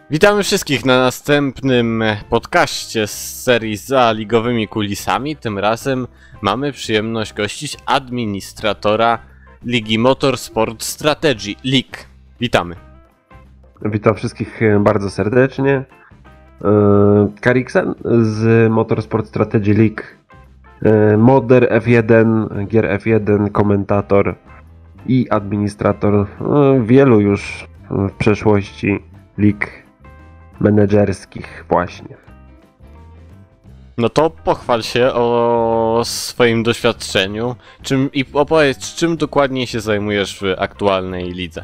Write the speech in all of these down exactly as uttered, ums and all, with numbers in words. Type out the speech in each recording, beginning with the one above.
Witamy wszystkich na następnym podcaście z serii Za ligowymi kulisami. Tym razem mamy przyjemność gościć administratora Ligi Motorsport Strategy League. Witamy. Witam wszystkich bardzo serdecznie. Kariksen z Motorsport Strategy League, moder F jeden, gier F jeden, komentator i administrator wielu już w przeszłości lig menedżerskich właśnie. No to pochwal się o swoim doświadczeniu czym, i opowiedz, czym dokładnie się zajmujesz w aktualnej lidze.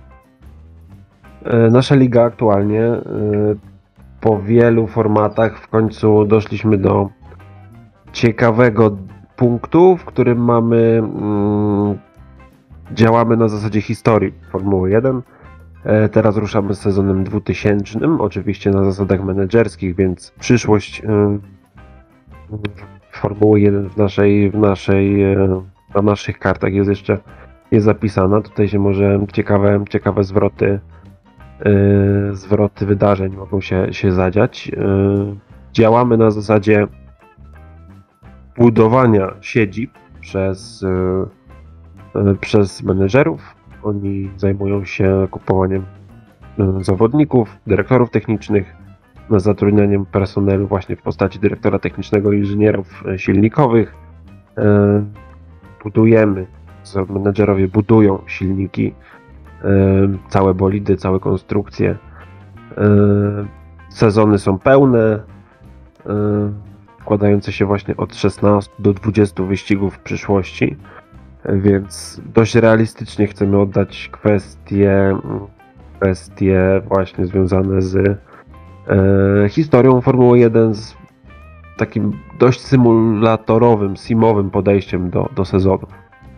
Nasza liga aktualnie po wielu formatach w końcu doszliśmy do ciekawego punktu, w którym mamy mm, działamy na zasadzie historii Formuły jeden. Teraz ruszamy z sezonem dwutysięcznym, oczywiście na zasadach menedżerskich, więc przyszłość Formuły jeden w naszej, w naszej, na naszych kartach jest jeszcze jest zapisana. Tutaj się może ciekawe, ciekawe zwroty, zwroty wydarzeń mogą się, się zadziać. Działamy na zasadzie budowania siedzib przez, przez menedżerów. Oni zajmują się kupowaniem zawodników, dyrektorów technicznych, zatrudnianiem personelu właśnie w postaci dyrektora technicznego i inżynierów silnikowych. Budujemy, menedżerowie budują silniki, całe bolidy, całe konstrukcje. Sezony są pełne, składające się właśnie od szesnastu do dwudziestu wyścigów w przyszłości. Więc dość realistycznie chcemy oddać kwestie, kwestie właśnie związane z e, historią Formuły jeden, z takim dość symulatorowym, simowym podejściem do, do sezonu.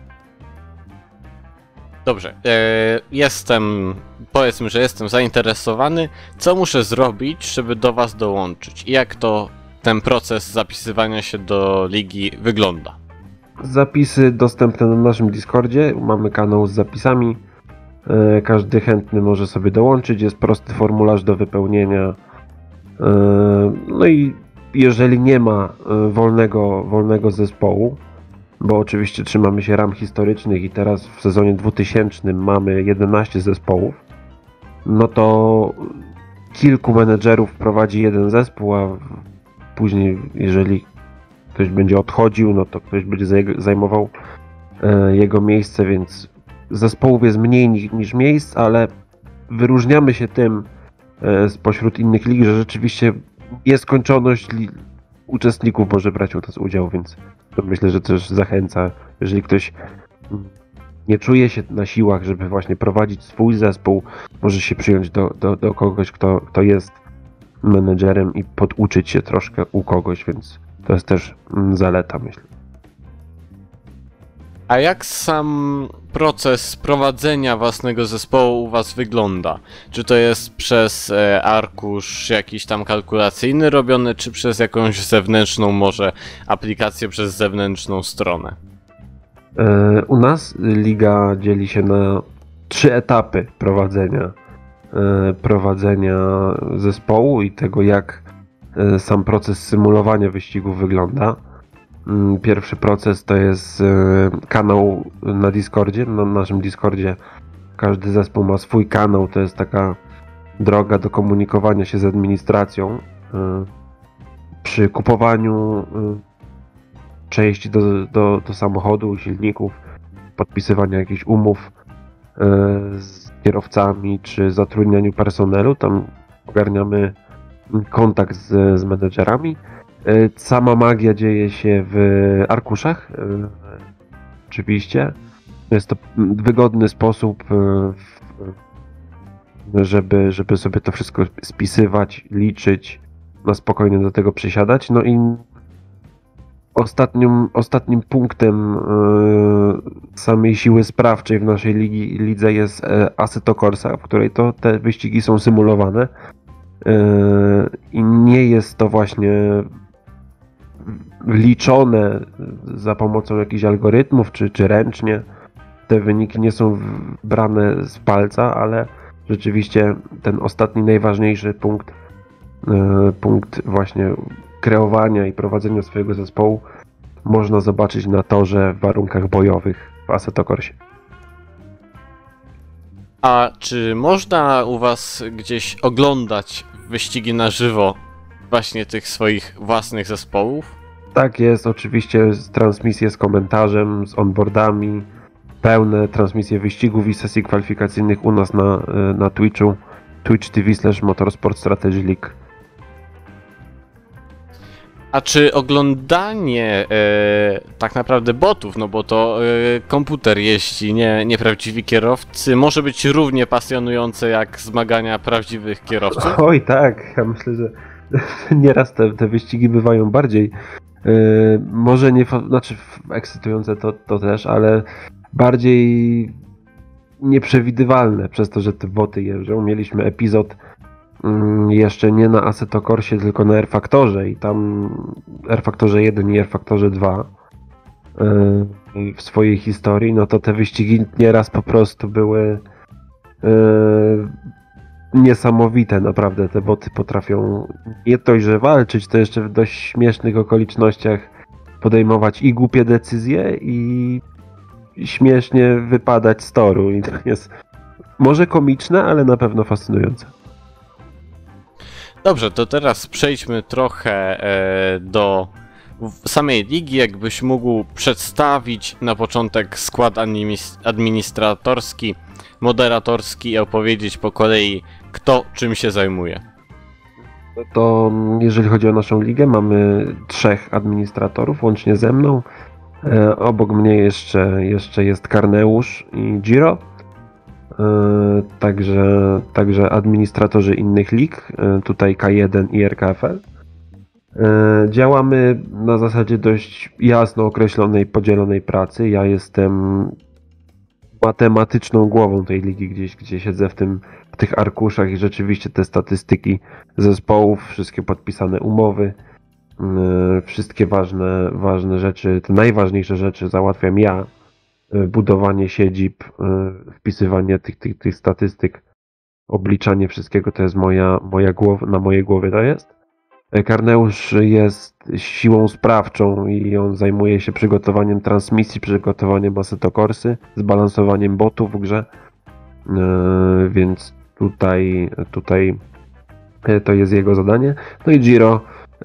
Dobrze, e, jestem, powiedzmy, że jestem zainteresowany. Co muszę zrobić, żeby do Was dołączyć? I jak to ten proces zapisywania się do ligi wygląda? Zapisy dostępne na naszym Discordzie, mamy kanał z zapisami, każdy chętny może sobie dołączyć, jest prosty formularz do wypełnienia, no i jeżeli nie ma wolnego, wolnego zespołu, bo oczywiście trzymamy się ram historycznych i teraz w sezonie dwutysięcznym mamy jedenaście zespołów, no to kilku menedżerów prowadzi jeden zespół, a później jeżeli ktoś będzie odchodził, no to ktoś będzie zajmował e, jego miejsce, więc zespołów jest mniej niż, niż miejsc, ale wyróżniamy się tym e, spośród innych lig, że rzeczywiście nieskończoność li- uczestników może brać u nas udział, więc to myślę, że też zachęca, jeżeli ktoś nie czuje się na siłach, żeby właśnie prowadzić swój zespół, może się przyjąć do, do, do kogoś, kto, kto jest menedżerem i poduczyć się troszkę u kogoś, więc to jest też zaleta, myślę. A jak sam proces prowadzenia własnego zespołu u Was wygląda? Czy to jest przez e, arkusz jakiś tam kalkulacyjny robiony, czy przez jakąś zewnętrzną może aplikację, przez zewnętrzną stronę? E, u nas liga dzieli się na trzy etapy prowadzenia, e, prowadzenia zespołu i tego, jak sam proces symulowania wyścigów wygląda. Pierwszy proces to jest kanał na Discordzie. Na naszym Discordzie każdy zespół ma swój kanał. To jest taka droga do komunikowania się z administracją przy kupowaniu części do, do, do samochodu, silników, podpisywania jakichś umów z kierowcami czy zatrudnianiu personelu. Tam ogarniamy kontakt z, z menedżerami. Sama magia dzieje się w arkuszach. Oczywiście. Jest to wygodny sposób, żeby, żeby sobie to wszystko spisywać, liczyć, na spokojnie do tego przysiadać. No i ostatnim, ostatnim punktem samej siły sprawczej w naszej ligi, lidze jest Assetto Corsa, w której to te wyścigi są symulowane. I nie jest to właśnie liczone za pomocą jakichś algorytmów czy, czy ręcznie. Te wyniki nie są brane z palca, ale rzeczywiście ten ostatni, najważniejszy punkt, yy, punkt właśnie kreowania i prowadzenia swojego zespołu można zobaczyć na torze w warunkach bojowych w Assetto Corsie. A czy można u was gdzieś oglądać wyścigi na żywo właśnie tych swoich własnych zespołów? Tak jest, oczywiście transmisje z komentarzem, z onboardami, pełne transmisje wyścigów i sesji kwalifikacyjnych u nas na, na Twitchu, twitch kropka tv slash motorsport strategy league. A czy oglądanie e, tak naprawdę botów, no bo to e, komputer jeździ, nie, nie prawdziwi kierowcy, może być równie pasjonujące jak zmagania prawdziwych kierowców? Oj tak, ja myślę, że nieraz te, te wyścigi bywają bardziej, yy, może nie, znaczy ekscytujące to, to też, ale bardziej nieprzewidywalne przez to, że te boty jeżdżą. Mieliśmy epizod jeszcze nie na Assetto Corsie, tylko na R-Factorze i tam R-Factorze jeden i R-Factorze dwa yy, w swojej historii, no to te wyścigi nieraz po prostu były yy, niesamowite, naprawdę. Te boty potrafią nie dość, że walczyć, to jeszcze w dość śmiesznych okolicznościach podejmować i głupie decyzje i śmiesznie wypadać z toru i to jest może komiczne, ale na pewno fascynujące. Dobrze, to teraz przejdźmy trochę e, do samej ligi. Jakbyś mógł przedstawić na początek skład administratorski, moderatorski i opowiedzieć po kolei, kto czym się zajmuje. To jeżeli chodzi o naszą ligę, mamy trzech administratorów, łącznie ze mną. E, obok mnie jeszcze, jeszcze jest Karneusz i Giro. Także, także administratorzy innych lig, tutaj K jeden i R K F L. Działamy na zasadzie dość jasno określonej, podzielonej pracy. Ja jestem matematyczną głową tej ligi, gdzieś gdzie siedzę w, tym, w tych arkuszach i rzeczywiście te statystyki zespołów, wszystkie podpisane umowy, wszystkie ważne, ważne rzeczy, te najważniejsze rzeczy załatwiam ja. Budowanie siedzib, wpisywanie tych, tych, tych statystyk, obliczanie wszystkiego to jest moja, moja głowa, na mojej głowie to jest. Karneusz jest siłą sprawczą i on zajmuje się przygotowaniem transmisji, przygotowaniem Assetto Corsy, zbalansowaniem botów w grze, więc tutaj, tutaj to jest jego zadanie. No i Giro,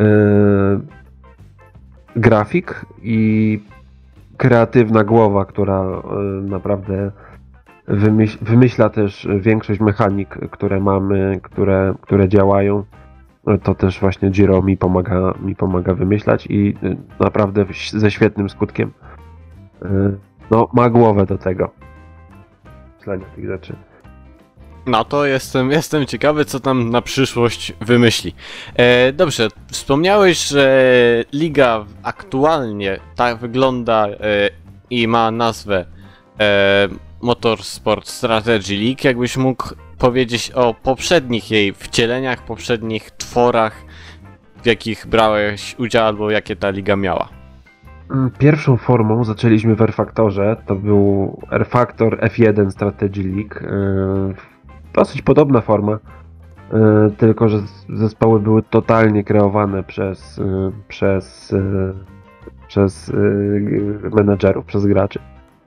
grafik i kreatywna głowa, która naprawdę wymyśla, wymyśla też większość mechanik, które mamy, które, które działają. To też właśnie Giro mi pomaga, mi pomaga wymyślać i naprawdę ze świetnym skutkiem. No, ma głowę do tego. Myślenia tych rzeczy. No to jestem, jestem ciekawy, co tam na przyszłość wymyśli. E, dobrze, wspomniałeś, że liga aktualnie tak wygląda e, i ma nazwę e, Motorsport Strategy League. Jakbyś mógł powiedzieć o poprzednich jej wcieleniach, poprzednich tworach, w jakich brałeś udział albo jakie ta liga miała? Pierwszą formą zaczęliśmy w R-Factorze, to był R-Factor F jeden Strategy League. E, Dosyć podobna forma, tylko że zespoły były totalnie kreowane przez, przez, przez menedżerów, przez graczy.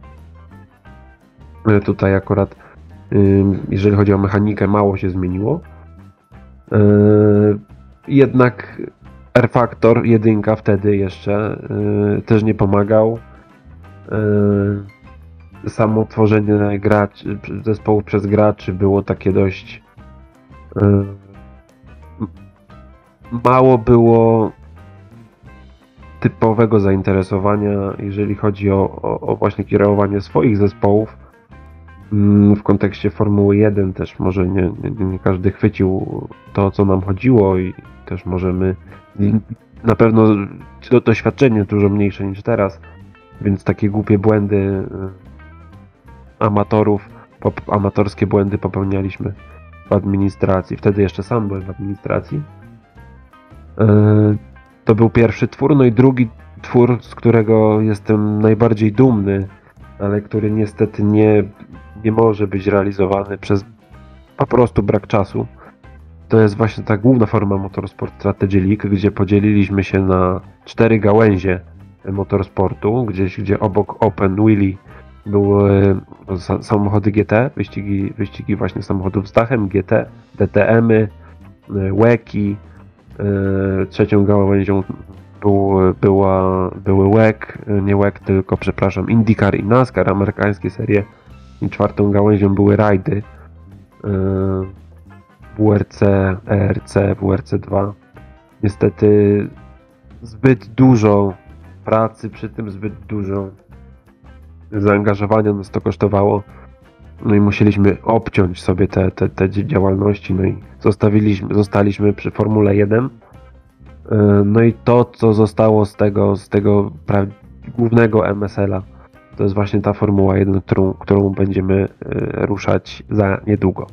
Tutaj akurat, jeżeli chodzi o mechanikę, mało się zmieniło. Jednak R-Factor jedynka wtedy jeszcze też nie pomagał. Samo tworzenie graczy, zespołów przez graczy było takie dość yy, mało było typowego zainteresowania, jeżeli chodzi o, o, o właśnie kierowanie swoich zespołów. Yy, w kontekście Formuły jeden też może nie, nie, nie każdy chwycił to, co nam chodziło i też możemy na pewno do, doświadczenie dużo mniejsze niż teraz, więc takie głupie błędy yy, amatorów, pop, amatorskie błędy popełnialiśmy w administracji. Wtedy jeszcze sam byłem w administracji. Yy, to był pierwszy twór, no i drugi twór, z którego jestem najbardziej dumny, ale który niestety nie, nie może być realizowany przez po prostu brak czasu. To jest właśnie ta główna forma Motorsport Strategy League, gdzie podzieliliśmy się na cztery gałęzie motorsportu, gdzieś gdzie obok Open Wheelie były samochody G T, wyścigi, wyścigi właśnie samochodów z dachem, G T, D T M-y, łeki. Trzecią gałęzią był, była, były łek, nie łek, tylko przepraszam, IndyCar i NASCAR, amerykańskie serie. I czwartą gałęzią były rajdy. W R C, E R C, W R C dwa. Niestety zbyt dużo pracy przy tym, zbyt dużo zaangażowania nas to kosztowało. No i musieliśmy obciąć sobie te, te, te działalności, no i zostawiliśmy, zostaliśmy przy Formule jeden. No i to, co zostało z tego, z tego pra- głównego M S L-a, to jest właśnie ta Formuła jeden, którą, którą będziemy ruszać za niedługo.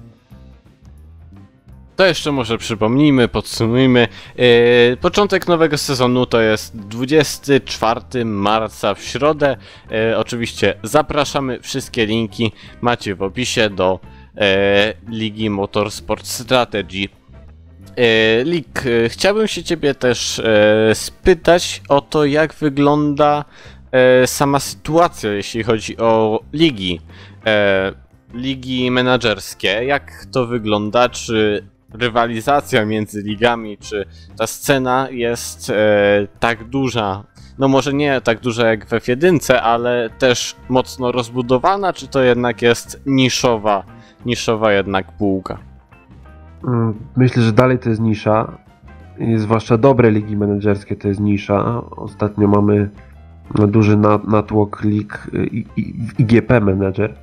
To jeszcze może przypomnijmy, podsumujmy. Yy, początek nowego sezonu to jest dwudziestego czwartego marca w środę. Yy, oczywiście zapraszamy, wszystkie linki macie w opisie do yy, Ligi Motorsport Strategy. Yy, Lik, yy, chciałbym się ciebie też yy, spytać o to, jak wygląda yy, sama sytuacja, jeśli chodzi o ligi. Yy, ligi menadżerskie, jak to wygląda, czy rywalizacja między ligami, czy ta scena jest e, tak duża, no może nie tak duża jak w F jeden, ale też mocno rozbudowana, czy to jednak jest niszowa, niszowa jednak półka? Myślę, że dalej to jest nisza, i zwłaszcza dobre ligi menedżerskie to jest nisza. Ostatnio mamy duży natłok lig w I G P Manager.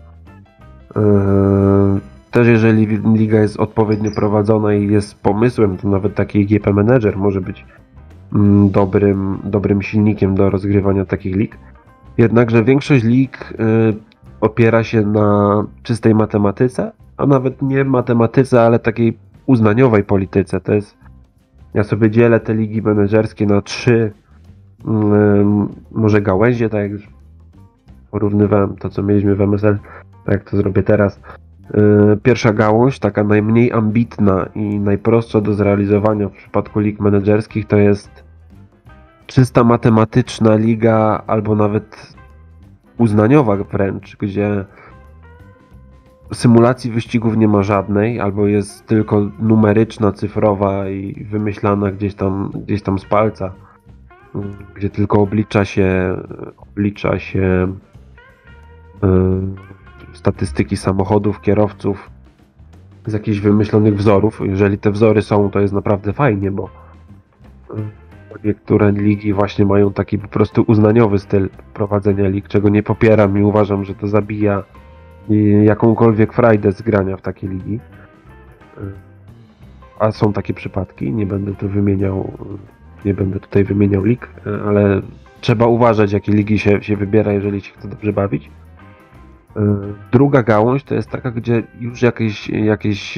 Też jeżeli liga jest odpowiednio prowadzona i jest pomysłem, to nawet taki I G P Manager może być dobrym, dobrym silnikiem do rozgrywania takich lig. Jednakże większość lig opiera się na czystej matematyce, a nawet nie matematyce, ale takiej uznaniowej polityce. To jest, ja sobie dzielę te ligi menedżerskie na trzy może gałęzie, tak jak już porównywałem to, co mieliśmy w M S L, tak jak to zrobię teraz. Pierwsza gałąź, taka najmniej ambitna i najprostsza do zrealizowania w przypadku lig menedżerskich, to jest czysta matematyczna liga, albo nawet uznaniowa wręcz, gdzie symulacji wyścigów nie ma żadnej, albo jest tylko numeryczna, cyfrowa i wymyślana gdzieś tam, gdzieś tam z palca, gdzie tylko oblicza się oblicza się yy, statystyki samochodów, kierowców z jakichś wymyślonych wzorów. Jeżeli te wzory są, to jest naprawdę fajnie, bo niektóre ligi właśnie mają taki po prostu uznaniowy styl prowadzenia lig, czego nie popieram i uważam, że to zabija jakąkolwiek frajdę z grania w takie ligi. A są takie przypadki, nie będę tu wymieniał, nie będę tutaj wymieniał lig, ale trzeba uważać, jakie ligi się, się wybiera, jeżeli się chce dobrze bawić. Druga gałąź to jest taka, gdzie już jakieś, jakieś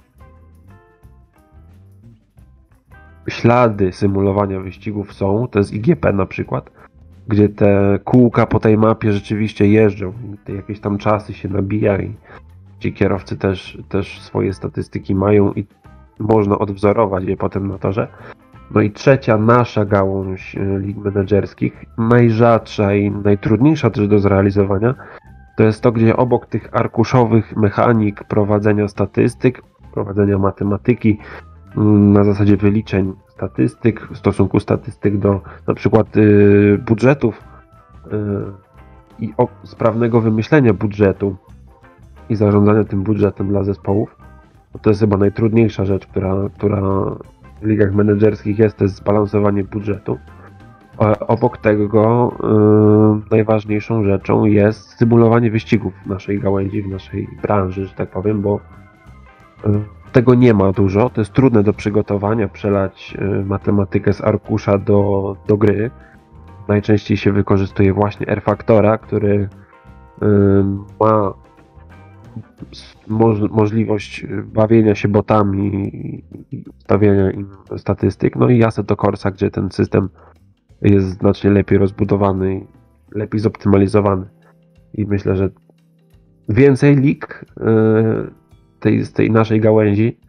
ślady symulowania wyścigów są. To jest I G P na przykład, gdzie te kółka po tej mapie rzeczywiście jeżdżą. Te jakieś tam czasy się nabija i ci kierowcy też, też swoje statystyki mają i można odwzorować je potem na torze. No i trzecia nasza gałąź lig menedżerskich, najrzadsza i najtrudniejsza też do zrealizowania, to jest to, gdzie obok tych arkuszowych mechanik prowadzenia statystyk, prowadzenia matematyki na zasadzie wyliczeń statystyk, w stosunku statystyk do na przykład yy, budżetów yy, i o, sprawnego wymyślenia budżetu i zarządzania tym budżetem dla zespołów, to jest chyba najtrudniejsza rzecz, która, która w ligach menedżerskich jest, to jest zbalansowanie budżetu. A obok tego yy, najważniejszą rzeczą jest symulowanie wyścigów w naszej gałęzi, w naszej branży, że tak powiem, bo yy, tego nie ma dużo, to jest trudne do przygotowania, przelać yy, matematykę z arkusza do, do gry. Najczęściej się wykorzystuje właśnie R-Factora, który yy, ma moż, możliwość bawienia się botami i ustawiania im statystyk. No i Assetto Corsa, gdzie ten system jest znacznie lepiej rozbudowany, lepiej zoptymalizowany. I myślę, że więcej lig yy, tej, z tej naszej gałęzi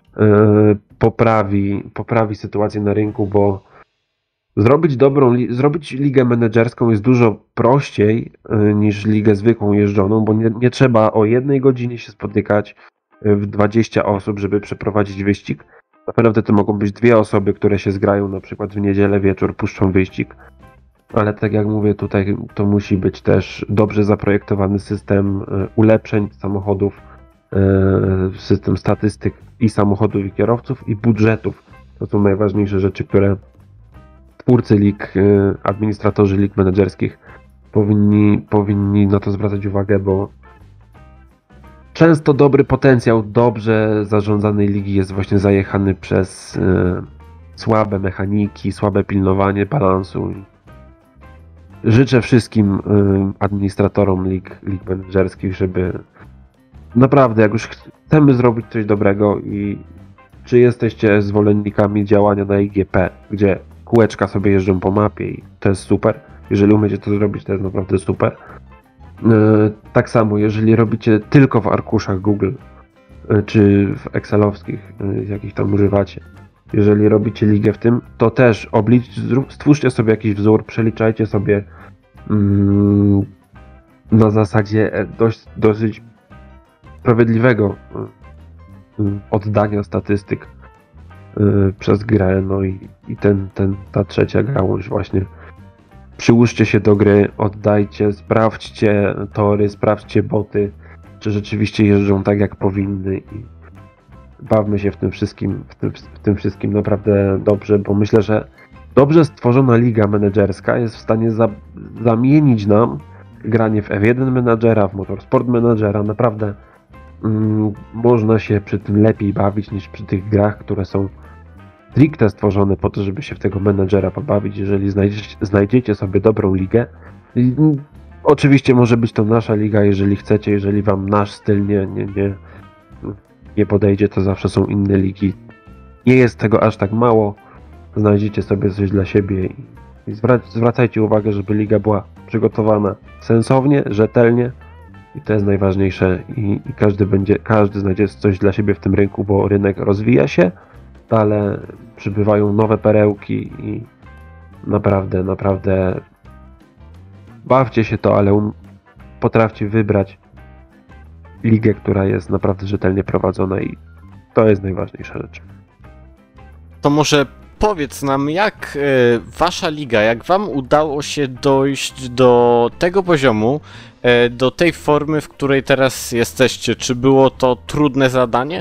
poprawi, poprawi sytuację na rynku, bo zrobić dobrą, zrobić ligę menedżerską jest dużo prościej niż ligę zwykłą jeżdżoną, bo nie, nie trzeba o jednej godzinie się spotykać w dwadzieścia osób, żeby przeprowadzić wyścig. Naprawdę to mogą być dwie osoby, które się zgrają na przykład w niedzielę wieczór, puszczą wyścig. Ale tak jak mówię, tutaj to musi być też dobrze zaprojektowany system ulepszeń samochodów, system statystyk i samochodów i kierowców i budżetów. To są najważniejsze rzeczy, które twórcy lig, administratorzy lig menedżerskich powinni, powinni na to zwracać uwagę, bo często dobry potencjał dobrze zarządzanej ligi jest właśnie zajechany przez y, słabe mechaniki, słabe pilnowanie balansu. Życzę wszystkim y, administratorom lig, lig menedżerskich, żeby naprawdę, jak już chcemy zrobić coś dobrego i czy jesteście zwolennikami działania na I G P, gdzie kółeczka sobie jeżdżą po mapie i to jest super. Jeżeli umiecie to zrobić, to jest naprawdę super. Tak samo, jeżeli robicie tylko w arkuszach Google, czy w excelowskich, jakich tam używacie, jeżeli robicie ligę w tym, to też oblicz, stwórzcie sobie jakiś wzór, przeliczajcie sobie mm, na zasadzie dość, dosyć sprawiedliwego oddania statystyk przez grę, no i, i ten, ten, ta trzecia gałąź właśnie. Przyłóżcie się do gry, oddajcie, sprawdźcie tory, sprawdźcie boty, czy rzeczywiście jeżdżą tak jak powinny i bawmy się w tym wszystkim, w tym, w tym wszystkim naprawdę dobrze, bo myślę, że dobrze stworzona liga menedżerska jest w stanie za, zamienić nam granie w F jeden menadżera, w Motorsport menadżera, naprawdę mm, można się przy tym lepiej bawić niż przy tych grach, które są stricte stworzone po to, żeby się w tego menedżera pobawić. Jeżeli znajdziecie, znajdziecie sobie dobrą ligę, i, oczywiście może być to nasza liga, jeżeli chcecie, jeżeli wam nasz styl nie, nie, nie, nie podejdzie, to zawsze są inne ligi. Nie jest tego aż tak mało, znajdziecie sobie coś dla siebie i, i zwracajcie uwagę, żeby liga była przygotowana sensownie, rzetelnie i to jest najważniejsze i, i każdy będzie, każdy znajdzie coś dla siebie w tym rynku, bo rynek rozwija się, ale przybywają nowe perełki i naprawdę, naprawdę bawcie się to, ale um, potrafcie wybrać ligę, która jest naprawdę rzetelnie prowadzona i to jest najważniejsza rzecz. To może powiedz nam, jak y, wasza liga, jak wam udało się dojść do tego poziomu, y, do tej formy, w której teraz jesteście? Czy było to trudne zadanie?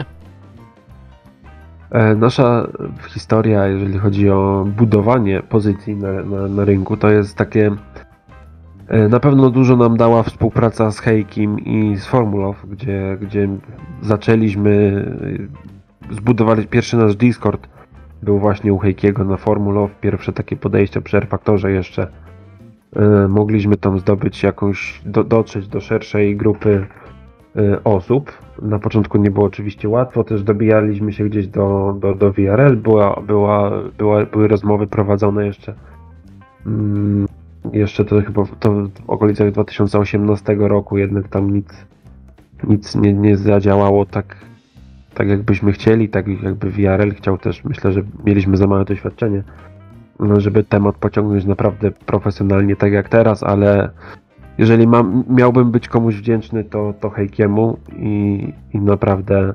Nasza historia, jeżeli chodzi o budowanie pozycji na, na, na rynku, to jest takie... Na pewno dużo nam dała współpraca z Hejkim i z Formulow, gdzie, gdzie zaczęliśmy, zbudowali pierwszy nasz Discord, był właśnie u Hejkiego na Formulow, pierwsze takie podejścia przy R-Faktorze jeszcze. Mogliśmy tam zdobyć jakąś, do, dotrzeć do szerszej grupy osób. Na początku nie było oczywiście łatwo, też dobijaliśmy się gdzieś do, do, do V R L, była, była, była, były rozmowy prowadzone jeszcze mm, jeszcze to chyba to w okolicach dwa tysiące osiemnastego roku, jednak tam nic, nic nie, nie zadziałało tak, tak jakbyśmy chcieli, tak jakby V R L chciał też. Myślę, że mieliśmy za małe doświadczenie, żeby temat pociągnąć naprawdę profesjonalnie tak jak teraz, ale jeżeli mam, miałbym być komuś wdzięczny, to, to Hejkiemu i, i naprawdę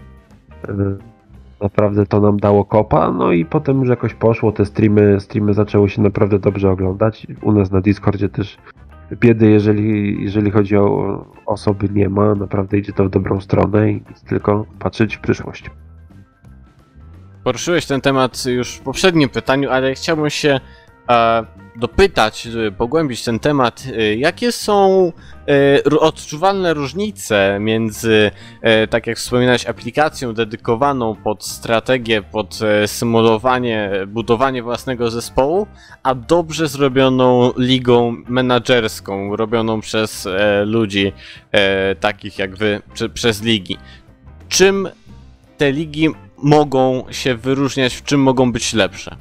naprawdę to nam dało kopa, no i potem już jakoś poszło, te streamy, streamy zaczęły się naprawdę dobrze oglądać. U nas na Discordzie też biedy, jeżeli, jeżeli chodzi o osoby, nie ma, naprawdę idzie to w dobrą stronę i tylko patrzeć w przyszłość. Poruszyłeś ten temat już w poprzednim pytaniu, ale chciałbym się e, dopytać, pogłębić ten temat. Jakie są e, odczuwalne różnice między, e, tak jak wspominałeś, aplikacją dedykowaną pod strategię, pod e, symulowanie, budowanie własnego zespołu, a dobrze zrobioną ligą menadżerską, robioną przez e, ludzi e, takich jak wy, czy, przez ligi? Czym te ligi mogą się wyróżniać, w czym mogą być lepsze?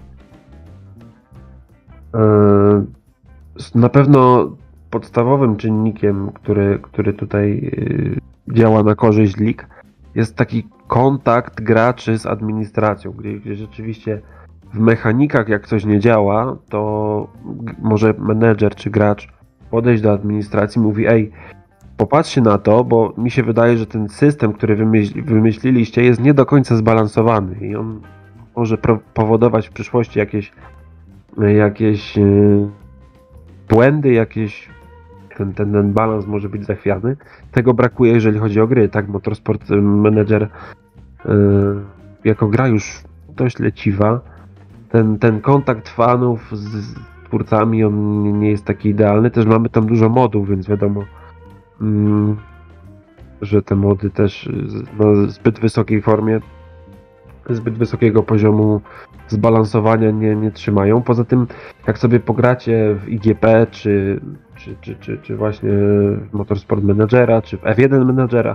Na pewno podstawowym czynnikiem, który, który tutaj działa na korzyść lig, jest taki kontakt graczy z administracją, gdzie, gdzie rzeczywiście w mechanikach jak coś nie działa, to może menedżer czy gracz podejść do administracji i mówi: ej, popatrzcie na to, bo mi się wydaje, że ten system, który wymyśl, wymyśliliście, jest nie do końca zbalansowany i on może pro- powodować w przyszłości jakieś jakieś yy, błędy, jakieś ten, ten, ten balans może być zachwiany. Tego brakuje, jeżeli chodzi o gry, tak? Motorsport Manager yy, jako gra już dość leciwa. Ten, ten kontakt fanów z, z twórcami, on nie jest taki idealny. Też mamy tam dużo modów, więc wiadomo, mm, że te mody też na zbyt wysokiej formie, zbyt wysokiego poziomu zbalansowania nie, nie trzymają. Poza tym, jak sobie pogracie w I G P, czy, czy, czy, czy, czy właśnie w Motorsport Managera, czy w F jeden Managera,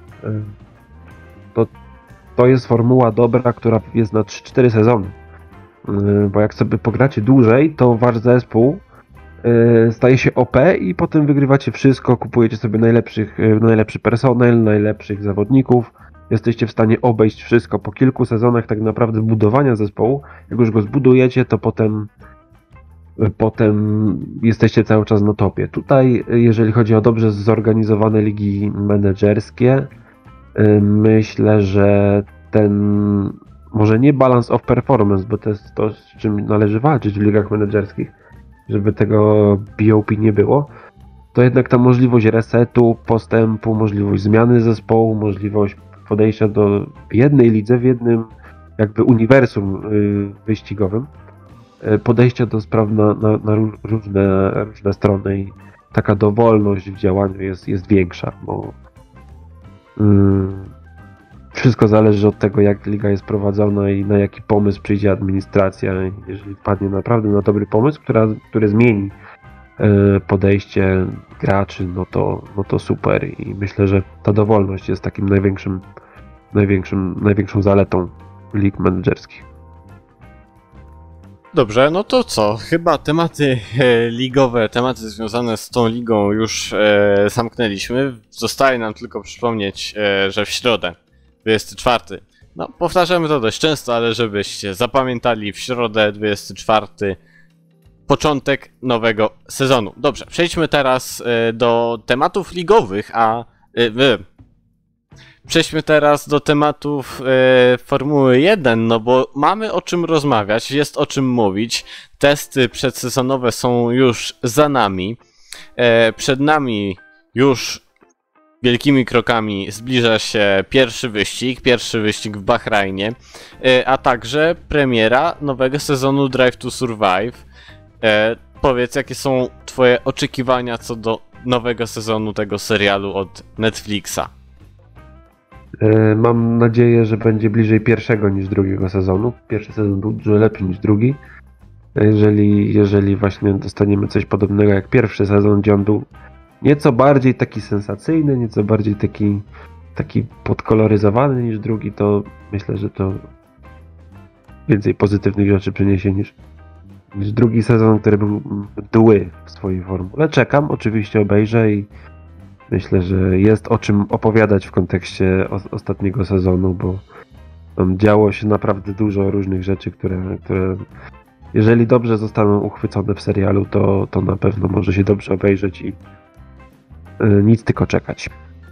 to to jest formuła dobra, która jest na trzy cztery sezony. Bo jak sobie pogracie dłużej, to wasz zespół staje się O P i potem wygrywacie wszystko, kupujecie sobie najlepszych, najlepszy personel, najlepszych zawodników. Jesteście w stanie obejść wszystko po kilku sezonach tak naprawdę budowania zespołu. Jak już go zbudujecie, to potem potem jesteście cały czas na topie. Tutaj, jeżeli chodzi o dobrze zorganizowane ligi menedżerskie, myślę, że ten może nie balance of performance, bo to jest to, z czym należy walczyć w ligach menedżerskich, żeby tego B O P nie było, to jednak ta możliwość resetu, postępu, możliwość zmiany zespołu, możliwość podejścia do jednej lidze, w jednym jakby uniwersum wyścigowym, podejścia do spraw na, na, na różne, różne strony i taka dowolność w działaniu jest, jest większa, bo mm, wszystko zależy od tego, jak liga jest prowadzona i na jaki pomysł przyjdzie administracja. Jeżeli wpadnie naprawdę na dobry pomysł, która, który zmieni e, podejście graczy, no to, no to super. I myślę, że ta dowolność jest takim największym, największym, największą zaletą lig menedżerskich. Dobrze, no to co? Chyba tematy e, ligowe, tematy związane z tą ligą już e, zamknęliśmy. Zostaje nam tylko przypomnieć, e, że w środę, dwudziestego czwartego. No, powtarzamy to dość często, ale żebyście zapamiętali, w środę dwudziestego czwartego początek nowego sezonu. Dobrze, przejdźmy teraz e, do tematów ligowych, a... E, wy. Przejdźmy teraz do tematów e, Formuły jeden, no bo mamy o czym rozmawiać, jest o czym mówić. Testy przedsezonowe są już za nami. E, przed nami już wielkimi krokami zbliża się pierwszy wyścig, pierwszy wyścig w Bahrajnie, e, a także premiera nowego sezonu Drive to Survive. E, powiedz, jakie są twoje oczekiwania co do nowego sezonu tego serialu od Netflixa? Mam nadzieję, że będzie bliżej pierwszego niż drugiego sezonu. Pierwszy sezon był dużo lepszy niż drugi. Jeżeli, jeżeli właśnie dostaniemy coś podobnego jak pierwszy sezon, gdzie on był nieco bardziej taki sensacyjny, nieco bardziej taki, taki podkoloryzowany niż drugi, to myślę, że to więcej pozytywnych rzeczy przyniesie niż, niż drugi sezon, który był mdły w swojej formule. Czekam, oczywiście obejrzę i myślę, że jest o czym opowiadać w kontekście o, ostatniego sezonu, bo tam działo się naprawdę dużo różnych rzeczy, które, które jeżeli dobrze zostaną uchwycone w serialu, to, to na pewno może się dobrze obejrzeć i y, nic tylko czekać.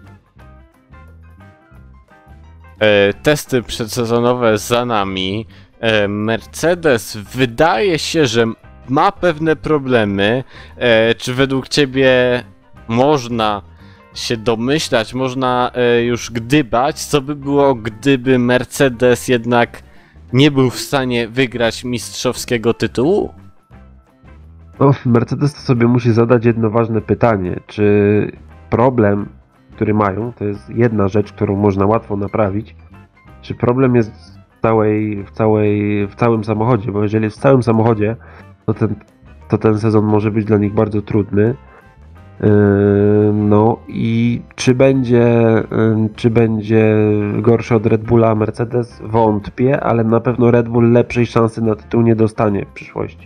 E, testy przedsezonowe za nami. E, Mercedes wydaje się, że ma pewne problemy. E, czy według ciebie można się domyślać, można e, już gdybać, co by było, gdyby Mercedes jednak nie był w stanie wygrać mistrzowskiego tytułu? No, Mercedes to sobie musi zadać jedno ważne pytanie. Czy problem, który mają, to jest jedna rzecz, którą można łatwo naprawić, czy problem jest w, całej, w, całej, w całym samochodzie? Bo jeżeli jest w całym samochodzie, to ten, to ten sezon może być dla nich bardzo trudny. No i czy będzie, czy będzie gorszy od Red Bulla Mercedes? Wątpię, ale na pewno Red Bull lepszej szansy na tytuł nie dostanie w przyszłości,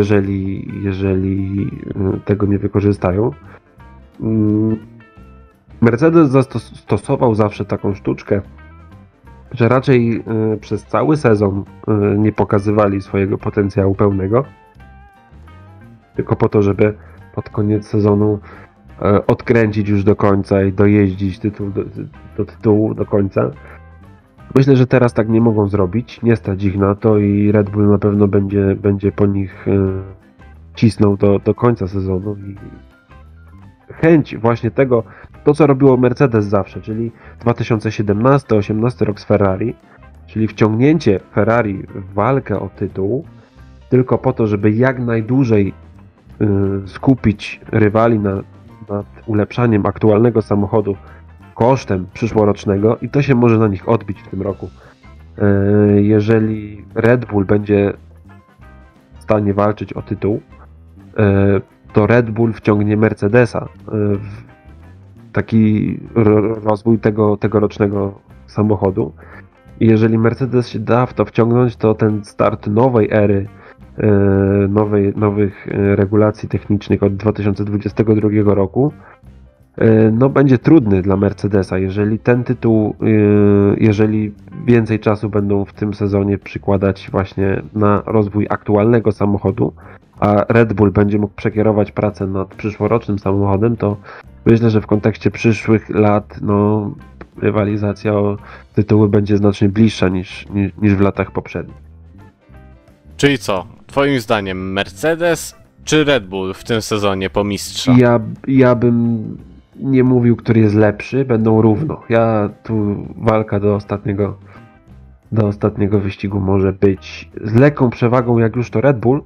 jeżeli, jeżeli tego nie wykorzystają. Mercedes zastosował zawsze taką sztuczkę, że raczej y, przez cały sezon y, nie pokazywali swojego potencjału pełnego, tylko po to, żeby pod koniec sezonu y, odkręcić już do końca i dojeździć tytuł do, do tytułu do końca. Myślę, że teraz tak nie mogą zrobić, nie stać ich na to i Red Bull na pewno będzie, będzie po nich y, cisnął do, do końca sezonu i chęć właśnie tego, to co robiło Mercedes zawsze, czyli dwa tysiące siedemnasty osiemnasty rok z Ferrari, czyli wciągnięcie Ferrari w walkę o tytuł tylko po to, żeby jak najdłużej y, skupić rywali na, nad ulepszaniem aktualnego samochodu kosztem przyszłorocznego i to się może na nich odbić w tym roku. Y, jeżeli Red Bull będzie w stanie walczyć o tytuł, y, to Red Bull wciągnie Mercedesa w taki rozwój tego tegorocznego samochodu. I jeżeli Mercedes się da w to wciągnąć, to ten start nowej ery, nowej, nowych regulacji technicznych od dwa tysiące dwudziestego drugiego roku, no będzie trudny dla Mercedesa. Jeżeli ten tytuł, jeżeli więcej czasu będą w tym sezonie przykładać właśnie na rozwój aktualnego samochodu, a Red Bull będzie mógł przekierować pracę nad przyszłorocznym samochodem, to myślę, że w kontekście przyszłych lat no, rywalizacja o tytuły będzie znacznie bliższa niż, niż, niż w latach poprzednich. Czyli co? Twoim zdaniem Mercedes czy Red Bull w tym sezonie po mistrza? Ja, ja bym nie mówił, który jest lepszy, będą równo. Ja tu walka do ostatniego, do ostatniego wyścigu może być z lekką przewagą, jak już to Red Bull.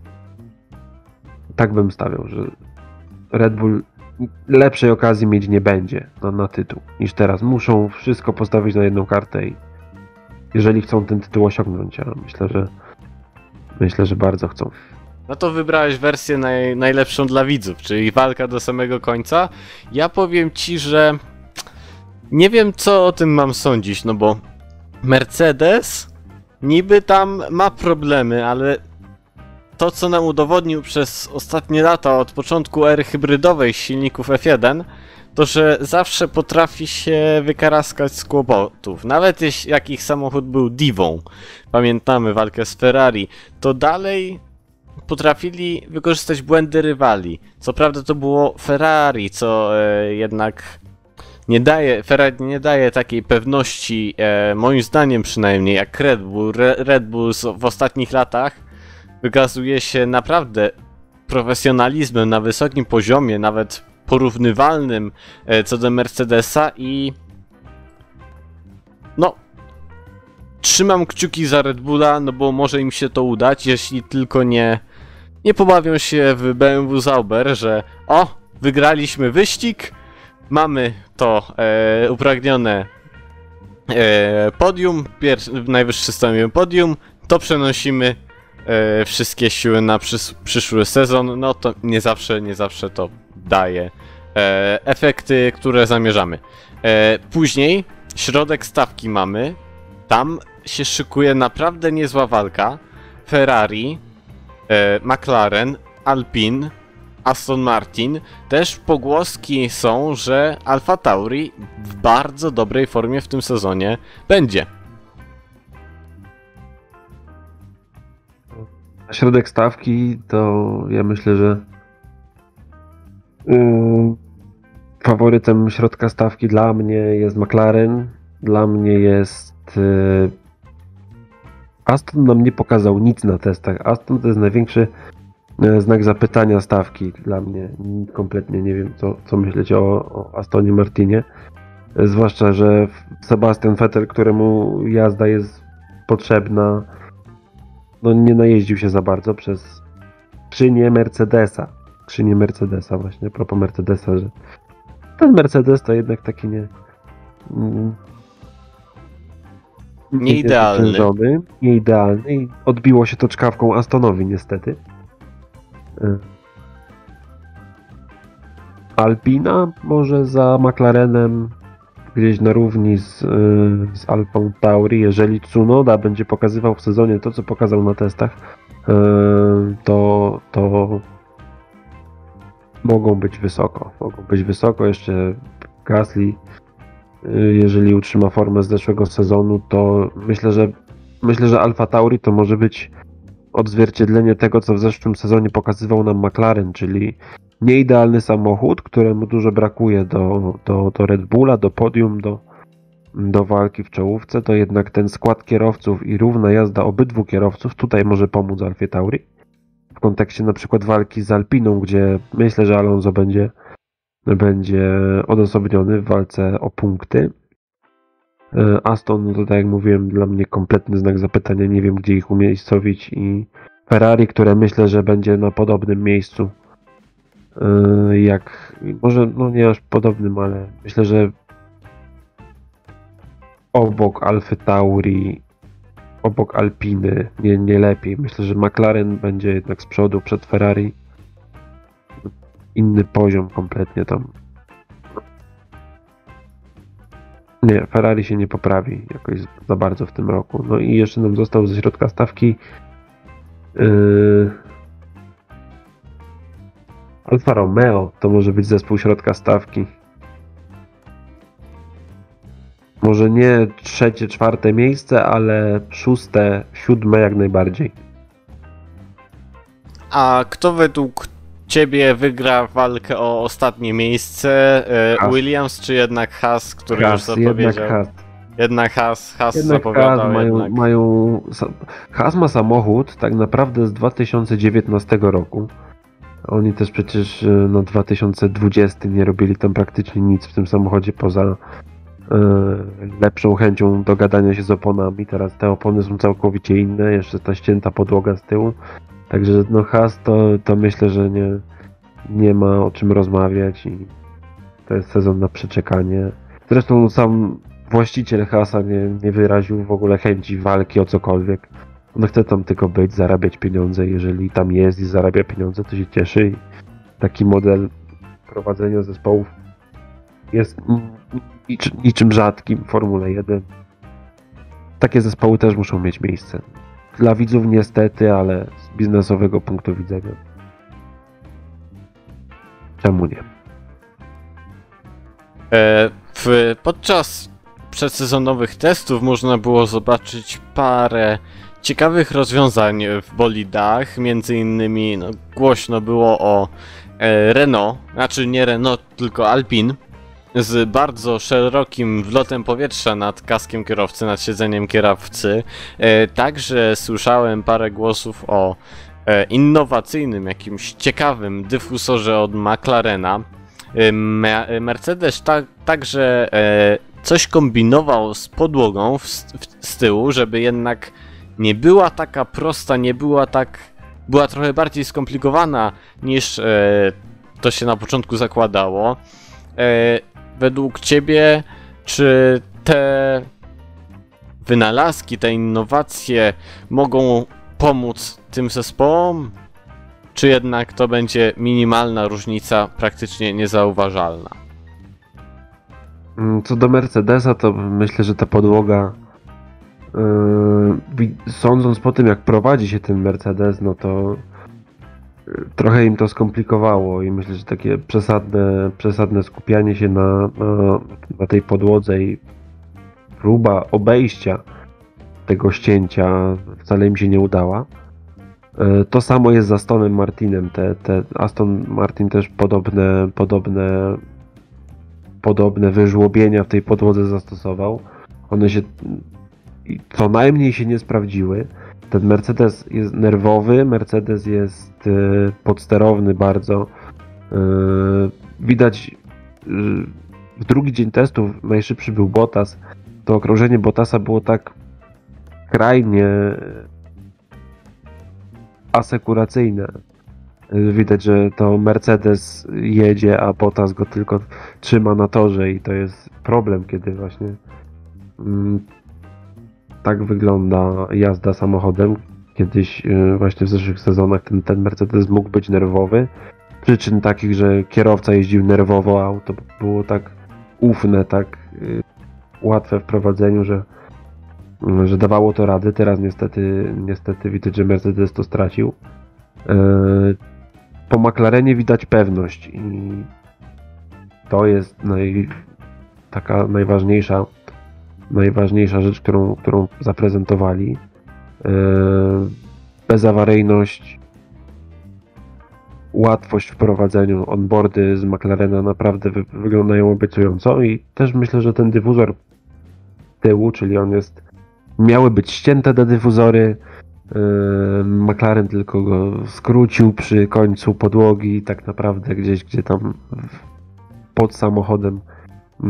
Tak bym stawiał, że Red Bull lepszej okazji mieć nie będzie na, na tytuł niż teraz. Muszą wszystko postawić na jedną kartę i jeżeli chcą ten tytuł osiągnąć, a myślę, że myślę, że bardzo chcą. No to wybrałeś wersję naj, najlepszą dla widzów, czyli walka do samego końca. Ja powiem ci, że nie wiem co o tym mam sądzić, no bo Mercedes niby tam ma problemy, ale to co nam udowodnił przez ostatnie lata od początku ery hybrydowej silników F jeden, to że zawsze potrafi się wykaraskać z kłopotów. Nawet jeśli jak ich samochód był Divą, pamiętamy walkę z Ferrari, to dalej potrafili wykorzystać błędy rywali. Co prawda to było Ferrari, co e, jednak nie daje, Ferrari nie daje takiej pewności, e, moim zdaniem przynajmniej, jak Red Bull. Re, Red Bull w ostatnich latach wykazuje się naprawdę profesjonalizmem na wysokim poziomie, nawet porównywalnym e, co do Mercedesa i no trzymam kciuki za Red Bulla, no bo może im się to udać, jeśli tylko nie nie pobawią się w B M W Sauber, że o, wygraliśmy wyścig, mamy to e, upragnione e, podium, pier- najwyższy stopień podium, to przenosimy e, wszystkie siły na przys- przyszły sezon, no to nie zawsze, nie zawsze to daje e, efekty, które zamierzamy. E, później środek stawki mamy, tam się szykuje naprawdę niezła walka. Ferrari, e, McLaren, Alpine, Aston Martin. Też pogłoski są, że Alfa Tauri w bardzo dobrej formie w tym sezonie będzie. Środek stawki to ja myślę, że yy, faworytem środka stawki dla mnie jest McLaren, dla mnie jest yy, Aston nam nie pokazał nic na testach. Aston to jest największy yy, znak zapytania stawki dla mnie. Kompletnie nie wiem, co, co myśleć o, o Astonie Martinie. Yy, zwłaszcza, że Sebastian Vettel, któremu jazda jest potrzebna, no nie najeździł się za bardzo przez skrzynię Mercedesa. Skrzynię Mercedesa właśnie, a propos Mercedesa, że ten Mercedes to jednak taki nie... Mm, Nieidealny. Nieidealny i odbiło się to czkawką Astonowi niestety. Alpina może za McLarenem gdzieś na równi z, z Alfą Tauri. Jeżeli Tsunoda będzie pokazywał w sezonie to, co pokazał na testach, to, to mogą być wysoko. Mogą być wysoko. Jeszcze Gasly, jeżeli utrzyma formę z zeszłego sezonu, to myślę, że myślę, że Alfa Tauri to może być odzwierciedlenie tego, co w zeszłym sezonie pokazywał nam McLaren, czyli nieidealny samochód, któremu dużo brakuje do, do, do Red Bulla, do podium, do, do walki w czołówce, to jednak ten skład kierowców i równa jazda obydwu kierowców tutaj może pomóc Alfie Tauri. W kontekście na przykład walki z Alpiną, gdzie myślę, że Alonso będzie, będzie odosobniony w walce o punkty. Aston, no to tak jak mówiłem, dla mnie kompletny znak zapytania, nie wiem gdzie ich umiejscowić, i Ferrari, które myślę, że będzie na podobnym miejscu jak, może no nie aż podobnym, ale myślę, że obok Alfy Tauri, obok Alpiny, nie, nie lepiej. Myślę, że McLaren będzie jednak z przodu przed Ferrari. Inny poziom kompletnie tam. Nie, Ferrari się nie poprawi jakoś za bardzo w tym roku. No i jeszcze nam został ze środka stawki yy... Alfa Romeo. To może być zespół środka stawki. Może nie trzecie, czwarte miejsce, ale szóste, siódme jak najbardziej. A kto według ciebie wygra walkę o ostatnie miejsce? Haas. Williams czy jednak Haas, który Haas, już zapowiedział? Jednak Haas. Jednak Haas, Haas Jednak zapowiadał Haas mają, jednak. mają... Haas ma samochód tak naprawdę z dwa tysiące dziewiętnastego roku. Oni też przecież na dwa tysiące dwudziesty nie robili tam praktycznie nic w tym samochodzie poza e, lepszą chęcią dogadania się z oponami. Teraz te opony są całkowicie inne, jeszcze ta ścięta podłoga z tyłu. Także no Haas to, to myślę, że nie, nie ma o czym rozmawiać i to jest sezon na przeczekanie. Zresztą sam właściciel Haasa nie, nie wyraził w ogóle chęci walki o cokolwiek. On chce tam tylko być, zarabiać pieniądze. Jeżeli tam jest i zarabia pieniądze, to się cieszy. I taki model prowadzenia zespołów jest niczym, niczym rzadkim w Formule jeden. Takie zespoły też muszą mieć miejsce. Dla widzów niestety, ale z biznesowego punktu widzenia. Czemu nie? E, w, podczas przedsezonowych testów można było zobaczyć parę ciekawych rozwiązań w bolidach. Między innymi no, głośno było o e, Renault, znaczy nie Renault, tylko Alpine, z bardzo szerokim wlotem powietrza nad kaskiem kierowcy, nad siedzeniem kierowcy. E, także słyszałem parę głosów o e, innowacyjnym, jakimś ciekawym dyfusorze od McLarena. E, Me Mercedes ta także e, coś kombinował z podłogą w, w, z tyłu, żeby jednak nie była taka prosta, nie była tak... była trochę bardziej skomplikowana niż e, to się na początku zakładało. E, według ciebie, czy te wynalazki, te innowacje mogą pomóc tym zespołom, czy jednak to będzie minimalna różnica, praktycznie niezauważalna? Co do Mercedesa, to myślę, że ta podłoga, yy, sądząc po tym, jak prowadzi się ten Mercedes, no to yy, trochę im to skomplikowało i myślę, że takie przesadne, przesadne skupianie się na, na, na tej podłodze i próba obejścia tego ścięcia wcale im się nie udała. Yy, to samo jest z Astonem Martinem. Te, te Aston Martin też podobne, podobne podobne wyżłobienia w tej podłodze zastosował. One się co najmniej się nie sprawdziły. Ten Mercedes jest nerwowy, Mercedes jest yy, podsterowny bardzo. Yy, widać yy, w drugi dzień testów najszybszy był Bottas. To okrążenie Bottasa było tak skrajnie asekuracyjne. Widać, że to Mercedes jedzie, a Bottas go tylko trzyma na torze i to jest problem, kiedy właśnie mm, tak wygląda jazda samochodem. Kiedyś yy, właśnie w zeszłych sezonach ten, ten Mercedes mógł być nerwowy. Przyczyn takich, że kierowca jeździł nerwowo, a auto było tak ufne, tak yy, łatwe w prowadzeniu, że, yy, że dawało to rady. Teraz niestety, niestety widać, że Mercedes to stracił. Yy, Po McLarenie widać pewność i to jest naj, taka najważniejsza, najważniejsza rzecz, którą, którą zaprezentowali. Bezawaryjność, łatwość w prowadzeniu, onboardy z McLarena naprawdę wy, wyglądają obiecująco i też myślę, że ten dyfuzor tyłu, czyli on jest, miały być ścięte te dyfuzory, yy, McLaren tylko go skrócił przy końcu podłogi, tak naprawdę gdzieś, gdzie tam pod samochodem, yy,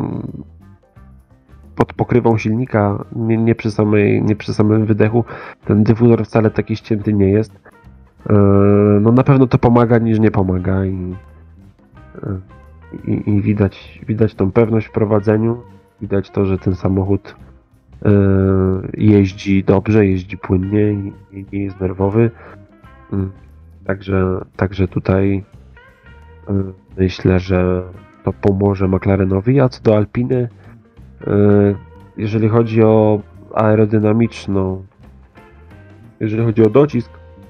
pod pokrywą silnika, nie, nie, przy samej, nie przy samym wydechu, ten dyfuzor wcale taki ścięty nie jest. No na pewno to pomaga niż nie pomaga i, i, i widać, widać tą pewność w prowadzeniu, widać to, że ten samochód jeździ dobrze, jeździ płynnie i, i nie jest nerwowy. Także, także tutaj myślę, że to pomoże McLarenowi, a co do Alpiny, jeżeli chodzi o aerodynamiczną, jeżeli chodzi o docisk,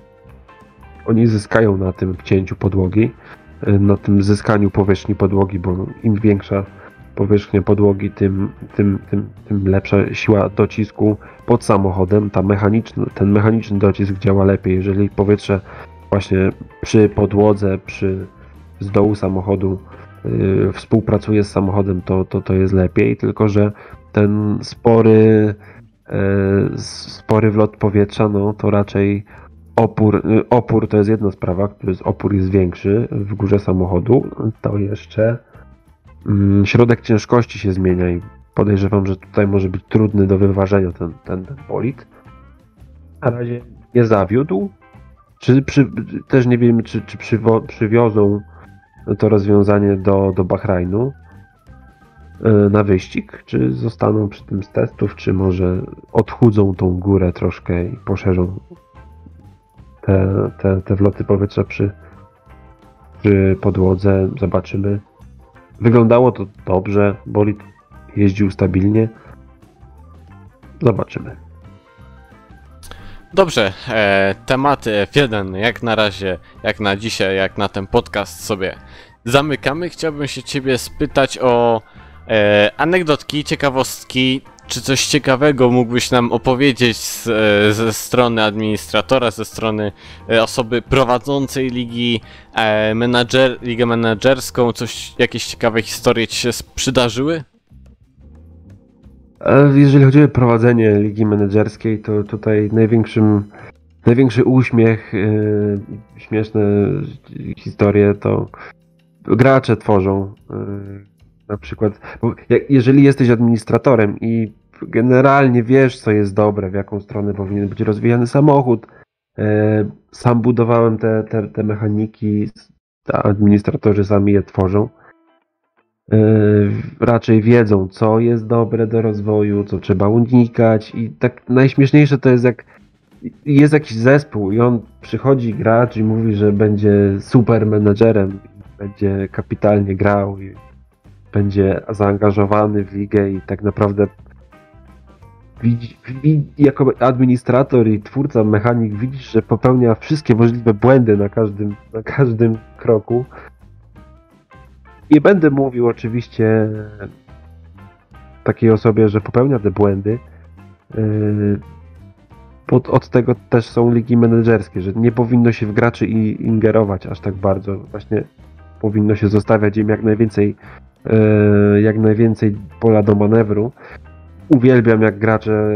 oni zyskają na tym wcięciu podłogi, na tym zyskaniu powierzchni podłogi, bo im większa powierzchnia podłogi, tym, tym, tym, tym lepsza siła docisku pod samochodem. Ta mechaniczny, ten mechaniczny docisk działa lepiej, jeżeli powietrze właśnie przy podłodze, przy z dołu samochodu yy, współpracuje z samochodem, to, to, to jest lepiej, tylko że ten spory, yy, spory wlot powietrza, no to raczej Opór, opór to jest jedna sprawa, który jest, opór jest większy w górze samochodu, to jeszcze mm, środek ciężkości się zmienia i podejrzewam, że tutaj może być trudny do wyważenia ten, ten, ten bolid. Na razie nie zawiódł, czy przy, też nie wiemy, czy, czy przywo, przywiozą to rozwiązanie do, do Bahrajnu yy, na wyścig, czy zostaną przy tym z testów, czy może odchudzą tą górę troszkę i poszerzą Te, te, te wloty powietrza przy, przy podłodze. Zobaczymy. Wyglądało to dobrze, bolid jeździł stabilnie. Zobaczymy. Dobrze, e, tematy F jeden jak na razie, jak na dzisiaj, jak na ten podcast sobie zamykamy. Chciałbym się ciebie spytać o e, anegdotki, ciekawostki. Czy coś ciekawego mógłbyś nam opowiedzieć z, ze strony administratora, ze strony osoby prowadzącej ligi, e, menadżer, ligę menedżerską? Coś, jakieś ciekawe historie ci się przydarzyły? Jeżeli chodzi o prowadzenie ligi menedżerskiej, to tutaj największym, największy uśmiech, yy, śmieszne historie to gracze tworzą. Yy. Na przykład, bo jak, jeżeli jesteś administratorem i generalnie wiesz, co jest dobre, w jaką stronę powinien być rozwijany samochód, e, sam budowałem te, te, te mechaniki, a administratorzy sami je tworzą, e, raczej wiedzą, co jest dobre do rozwoju, co trzeba unikać i tak najśmieszniejsze to jest, jak jest jakiś zespół i on przychodzi gracz i mówi, że będzie super menedżerem, będzie kapitalnie grał i będzie zaangażowany w ligę i tak naprawdę widzi, widzi, jako administrator i twórca, mechanik widzisz, że popełnia wszystkie możliwe błędy na każdym, na każdym kroku. Nie będę mówił oczywiście takiej osobie, że popełnia te błędy. Pod, od tego też są ligi menedżerskie, że nie powinno się w graczy ingerować aż tak bardzo. Właśnie powinno się zostawiać im jak najwięcej jak najwięcej pola do manewru. Uwielbiam, jak gracze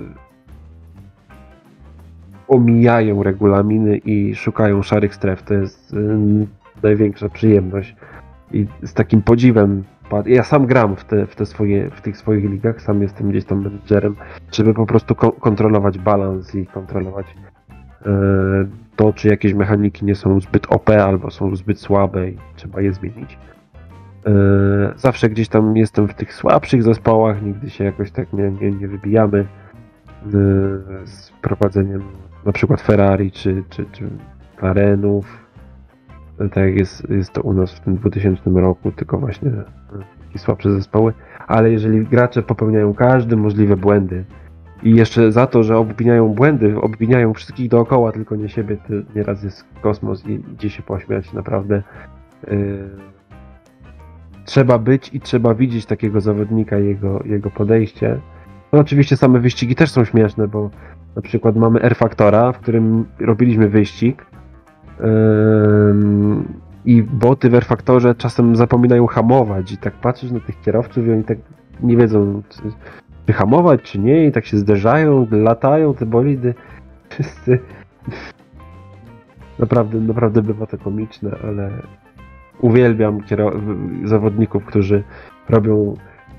omijają regulaminy i szukają szarych stref. To jest największa przyjemność. I z takim podziwem, ja sam gram w te, w te swoje, w tych swoich ligach, sam jestem gdzieś tam menedżerem, żeby po prostu ko- kontrolować balans i kontrolować e, to, czy jakieś mechaniki nie są zbyt O P albo są zbyt słabe i trzeba je zmienić. Zawsze gdzieś tam jestem w tych słabszych zespołach, nigdy się jakoś tak nie, nie, nie wybijamy z prowadzeniem na przykład Ferrari czy, czy, czy McLarenów, tak jak jest, jest to u nas w tym dwutysięcznym roku, tylko właśnie takie słabsze zespoły, ale jeżeli gracze popełniają każde możliwe błędy i jeszcze za to, że obwiniają błędy, obwiniają wszystkich dookoła, tylko nie siebie, to nieraz jest kosmos i idzie się pośmiać naprawdę. trzeba być i trzeba widzieć takiego zawodnika i jego, jego podejście. No oczywiście same wyścigi też są śmieszne, bo na przykład mamy R-Factora, w którym robiliśmy wyścig yy, i boty w R-Factorze czasem zapominają hamować i tak patrzysz na tych kierowców i oni tak nie wiedzą, czy, czy hamować, czy nie, i tak się zderzają, latają te bolidy. Wszyscy... Naprawdę, naprawdę bywa to komiczne, ale uwielbiam kiero- zawodników, którzy robią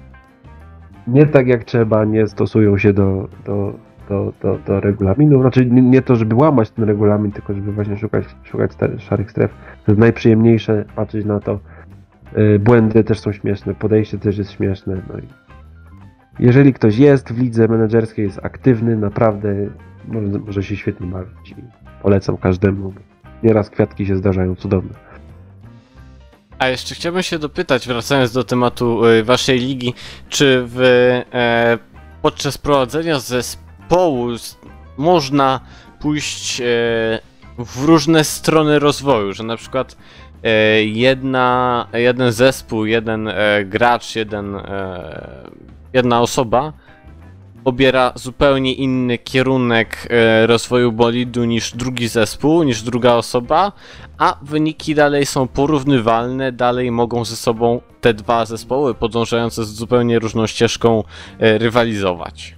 nie tak jak trzeba, nie stosują się do, do, do, do, do regulaminu. Znaczy nie, nie to, żeby łamać ten regulamin, tylko żeby właśnie szukać, szukać szarych stref. To jest najprzyjemniejsze patrzeć na to. Yy, błędy też są śmieszne, podejście też jest śmieszne. No i jeżeli ktoś jest w lidze menedżerskiej, jest aktywny, naprawdę może, może się świetnie bawić i polecam każdemu. Nieraz kwiatki się zdarzają cudowne. A jeszcze chciałbym się dopytać, wracając do tematu y, waszej ligi, czy w, e, podczas prowadzenia zespołu z, można pójść e, w różne strony rozwoju, że na przykład e, jedna, jeden zespół, jeden e, gracz, jeden, e, jedna osoba obiera zupełnie inny kierunek e, rozwoju bolidu niż drugi zespół, niż druga osoba, a wyniki dalej są porównywalne, dalej mogą ze sobą te dwa zespoły podążające z zupełnie różną ścieżką e, rywalizować.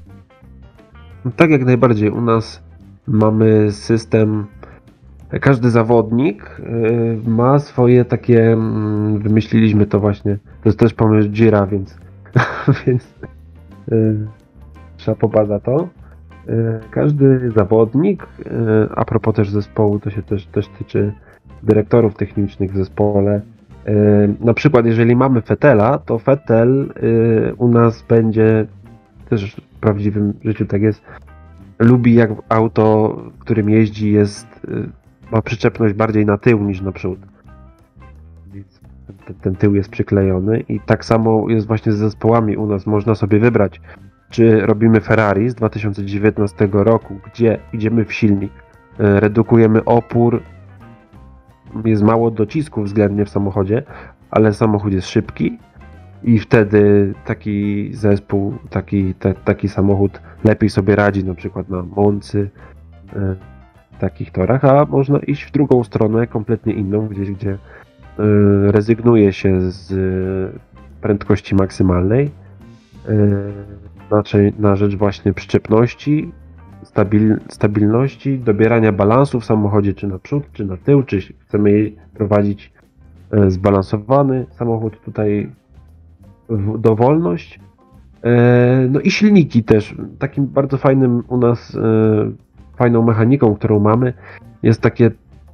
Tak, jak najbardziej. U nas mamy system, każdy zawodnik y, ma swoje takie, y, wymyśliliśmy to właśnie, to jest też pomysł Jira, więc, więc y, szapoba za to. Y, każdy zawodnik, y, a propos też zespołu, to się też, też tyczy dyrektorów technicznych w zespole. Y, na przykład jeżeli mamy Vettela, to Vettel y, u nas będzie, też w prawdziwym życiu tak jest, lubi jak auto, którym jeździ, jest, y, ma przyczepność bardziej na tył niż na przód. Więc ten, ten tył jest przyklejony i tak samo jest właśnie z zespołami u nas. Można sobie wybrać, czy robimy Ferrari z dwa tysiące dziewiętnastego roku, gdzie idziemy w silnik, y, redukujemy opór, jest mało docisków względnie w samochodzie, ale samochód jest szybki i wtedy taki zespół, taki, te, taki samochód lepiej sobie radzi na przykład na Moncy, y, takich torach, a można iść w drugą stronę, kompletnie inną, gdzieś gdzie y, rezygnuje się z y, prędkości maksymalnej y, na, na rzecz właśnie przyczepności, stabil, stabilności, dobierania balansu w samochodzie, czy na przód, czy na tył, czy chcemy jej prowadzić y, zbalansowany samochód, tutaj w dowolność. Y, no i silniki też. Takim bardzo fajnym u nas y, fajną mechaniką, którą mamy, jest takie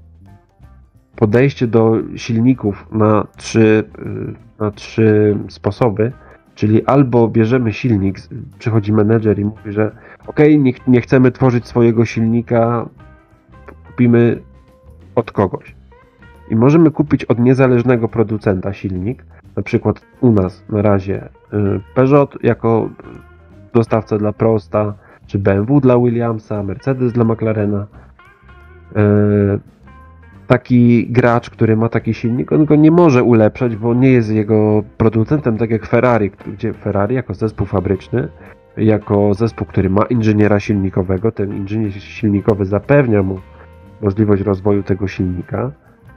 podejście do silników na trzy, na trzy sposoby, czyli albo bierzemy silnik, przychodzi menedżer i mówi, że ok, nie, nie chcemy tworzyć swojego silnika, kupimy od kogoś. I możemy kupić od niezależnego producenta silnik, na przykład u nas na razie Peugeot jako dostawca dla Prosta, czy B M W dla Williamsa, Mercedes dla McLarena. Taki gracz, który ma taki silnik, on go nie może ulepszać, bo nie jest jego producentem, tak jak Ferrari, gdzie Ferrari jako zespół fabryczny, jako zespół, który ma inżyniera silnikowego, ten inżynier silnikowy zapewnia mu możliwość rozwoju tego silnika.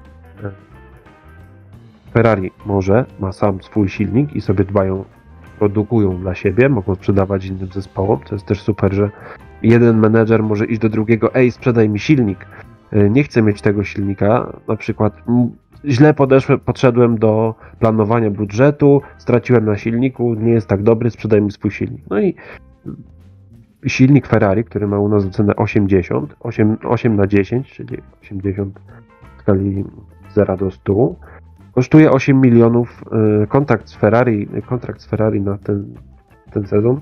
Ferrari może, ma sam swój silnik i sobie dbają, produkują dla siebie, mogą sprzedawać innym zespołom, to jest też super, że jeden menedżer może iść do drugiego, ej, sprzedaj mi silnik, nie chcę mieć tego silnika, na przykład źle podeszłem, podszedłem do planowania budżetu, straciłem na silniku, nie jest tak dobry, sprzedaj mi swój silnik. No i silnik Ferrari, który ma u nas cenę osiemdziesiąt, osiem, osiem na dziesięć, czyli osiemdziesiąt w skali zera do stu, kosztuje osiem milionów. Kontrakt z Ferrari, kontrakt z Ferrari na ten, ten sezon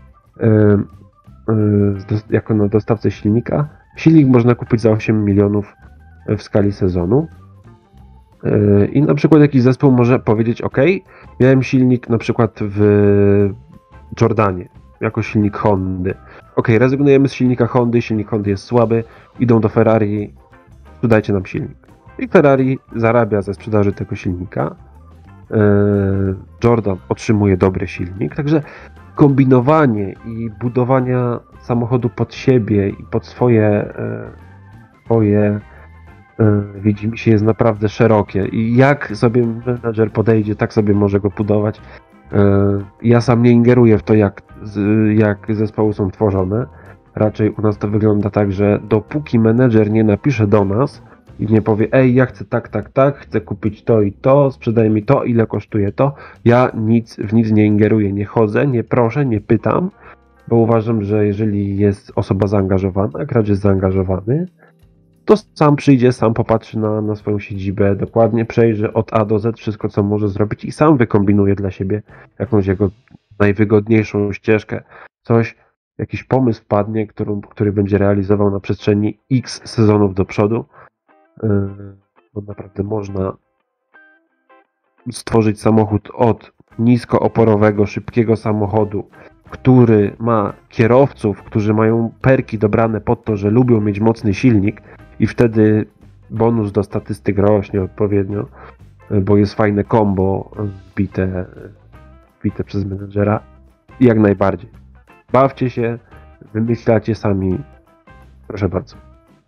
jako na dostawcę silnika. Silnik można kupić za osiem milionów w skali sezonu. I na przykład jakiś zespół może powiedzieć, ok, miałem silnik na przykład w Jordanie, jako silnik Hondy. Ok, rezygnujemy z silnika Hondy, silnik Hondy jest słaby, idą do Ferrari, sprzedajcie nam silnik. I Ferrari zarabia ze sprzedaży tego silnika. Jordan otrzymuje dobry silnik, także kombinowanie i budowania samochodu pod siebie i pod swoje, swoje widzimisię jest naprawdę szerokie i jak sobie menadżer podejdzie, tak sobie może go budować. Ja sam nie ingeruję w to, jak, jak zespoły są tworzone. Raczej u nas to wygląda tak, że dopóki menedżer nie napisze do nas i nie powie, ej, ja chcę tak, tak, tak, chcę kupić to i to, sprzedaj mi to, ile kosztuje to, ja nic w nic nie ingeruję, nie chodzę, nie proszę, nie pytam, bo uważam, że jeżeli jest osoba zaangażowana, gracz jest zaangażowany, to sam przyjdzie, sam popatrzy na, na swoją siedzibę, dokładnie przejrzy od A do Z wszystko, co może zrobić i sam wykombinuje dla siebie jakąś jego najwygodniejszą ścieżkę, coś, jakiś pomysł wpadnie, który, który będzie realizował na przestrzeni X sezonów do przodu, yy, bo naprawdę można stworzyć samochód od niskooporowego, szybkiego samochodu, który ma kierowców, którzy mają perki dobrane pod to, że lubią mieć mocny silnik i wtedy bonus do statystyk rośnie odpowiednio, bo jest fajne combo wbite, wbite przez menedżera. Jak najbardziej. Bawcie się, wymyślacie sami. Proszę bardzo.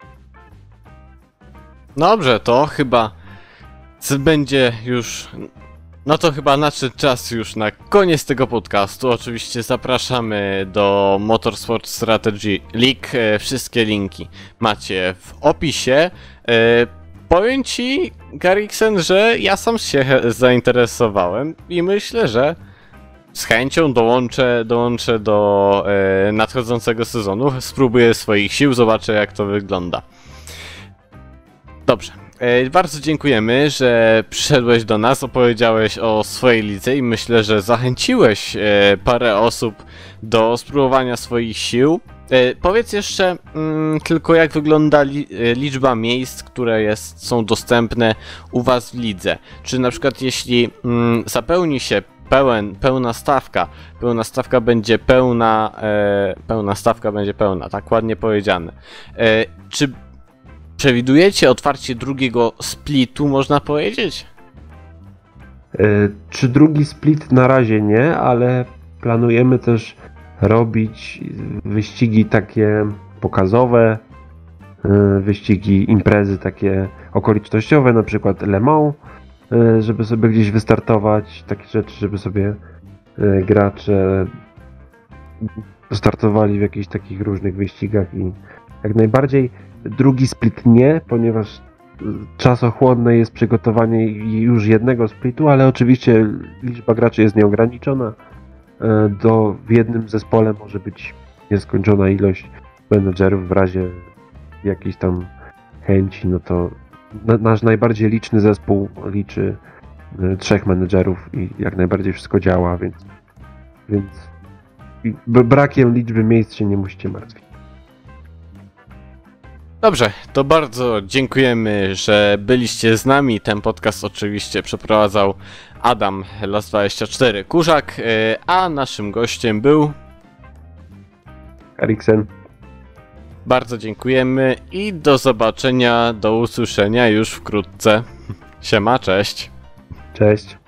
Dobrze, to chyba będzie już... No to chyba nadszedł czas już na koniec tego podcastu. Oczywiście zapraszamy do Motorsport Strategy League. Wszystkie linki macie w opisie. Powiem ci, Garriksen, że ja sam się zainteresowałem i myślę, że z chęcią dołączę, dołączę do e, nadchodzącego sezonu. Spróbuję swoich sił, zobaczę jak to wygląda. Dobrze. E, bardzo dziękujemy, że przyszedłeś do nas, opowiedziałeś o swojej lidze i myślę, że zachęciłeś e, parę osób do spróbowania swoich sił. E, powiedz jeszcze mm, tylko, jak wygląda li, e, liczba miejsc, które jest, są dostępne u was w lidze. Czy na przykład jeśli mm, zapełni się Pełen, pełna stawka. Pełna stawka będzie pełna. E, pełna stawka będzie pełna, tak ładnie powiedziane. E, czy przewidujecie otwarcie drugiego splitu, można powiedzieć? E, czy drugi split na razie nie, ale planujemy też robić wyścigi takie pokazowe, e, wyścigi, imprezy takie okolicznościowe, na przykład Le Mans, żeby sobie gdzieś wystartować, takie rzeczy, żeby sobie gracze startowali w jakichś takich różnych wyścigach i jak najbardziej drugi split nie, ponieważ czasochłonne jest przygotowanie już jednego splitu, ale oczywiście liczba graczy jest nieograniczona. Do, w jednym zespole może być nieskończona ilość menedżerów w razie jakiejś tam chęci, no to nasz najbardziej liczny zespół liczy y, trzech menedżerów i jak najbardziej wszystko działa, więc, więc brakiem liczby miejsc się nie musicie martwić. Dobrze, to bardzo dziękujemy, że byliście z nami. Ten podcast oczywiście przeprowadzał Adam Las dwadzieścia cztery Kurzak, y, a naszym gościem był Garriksen. Bardzo dziękujemy i do zobaczenia, do usłyszenia już wkrótce. Siema, cześć. Cześć.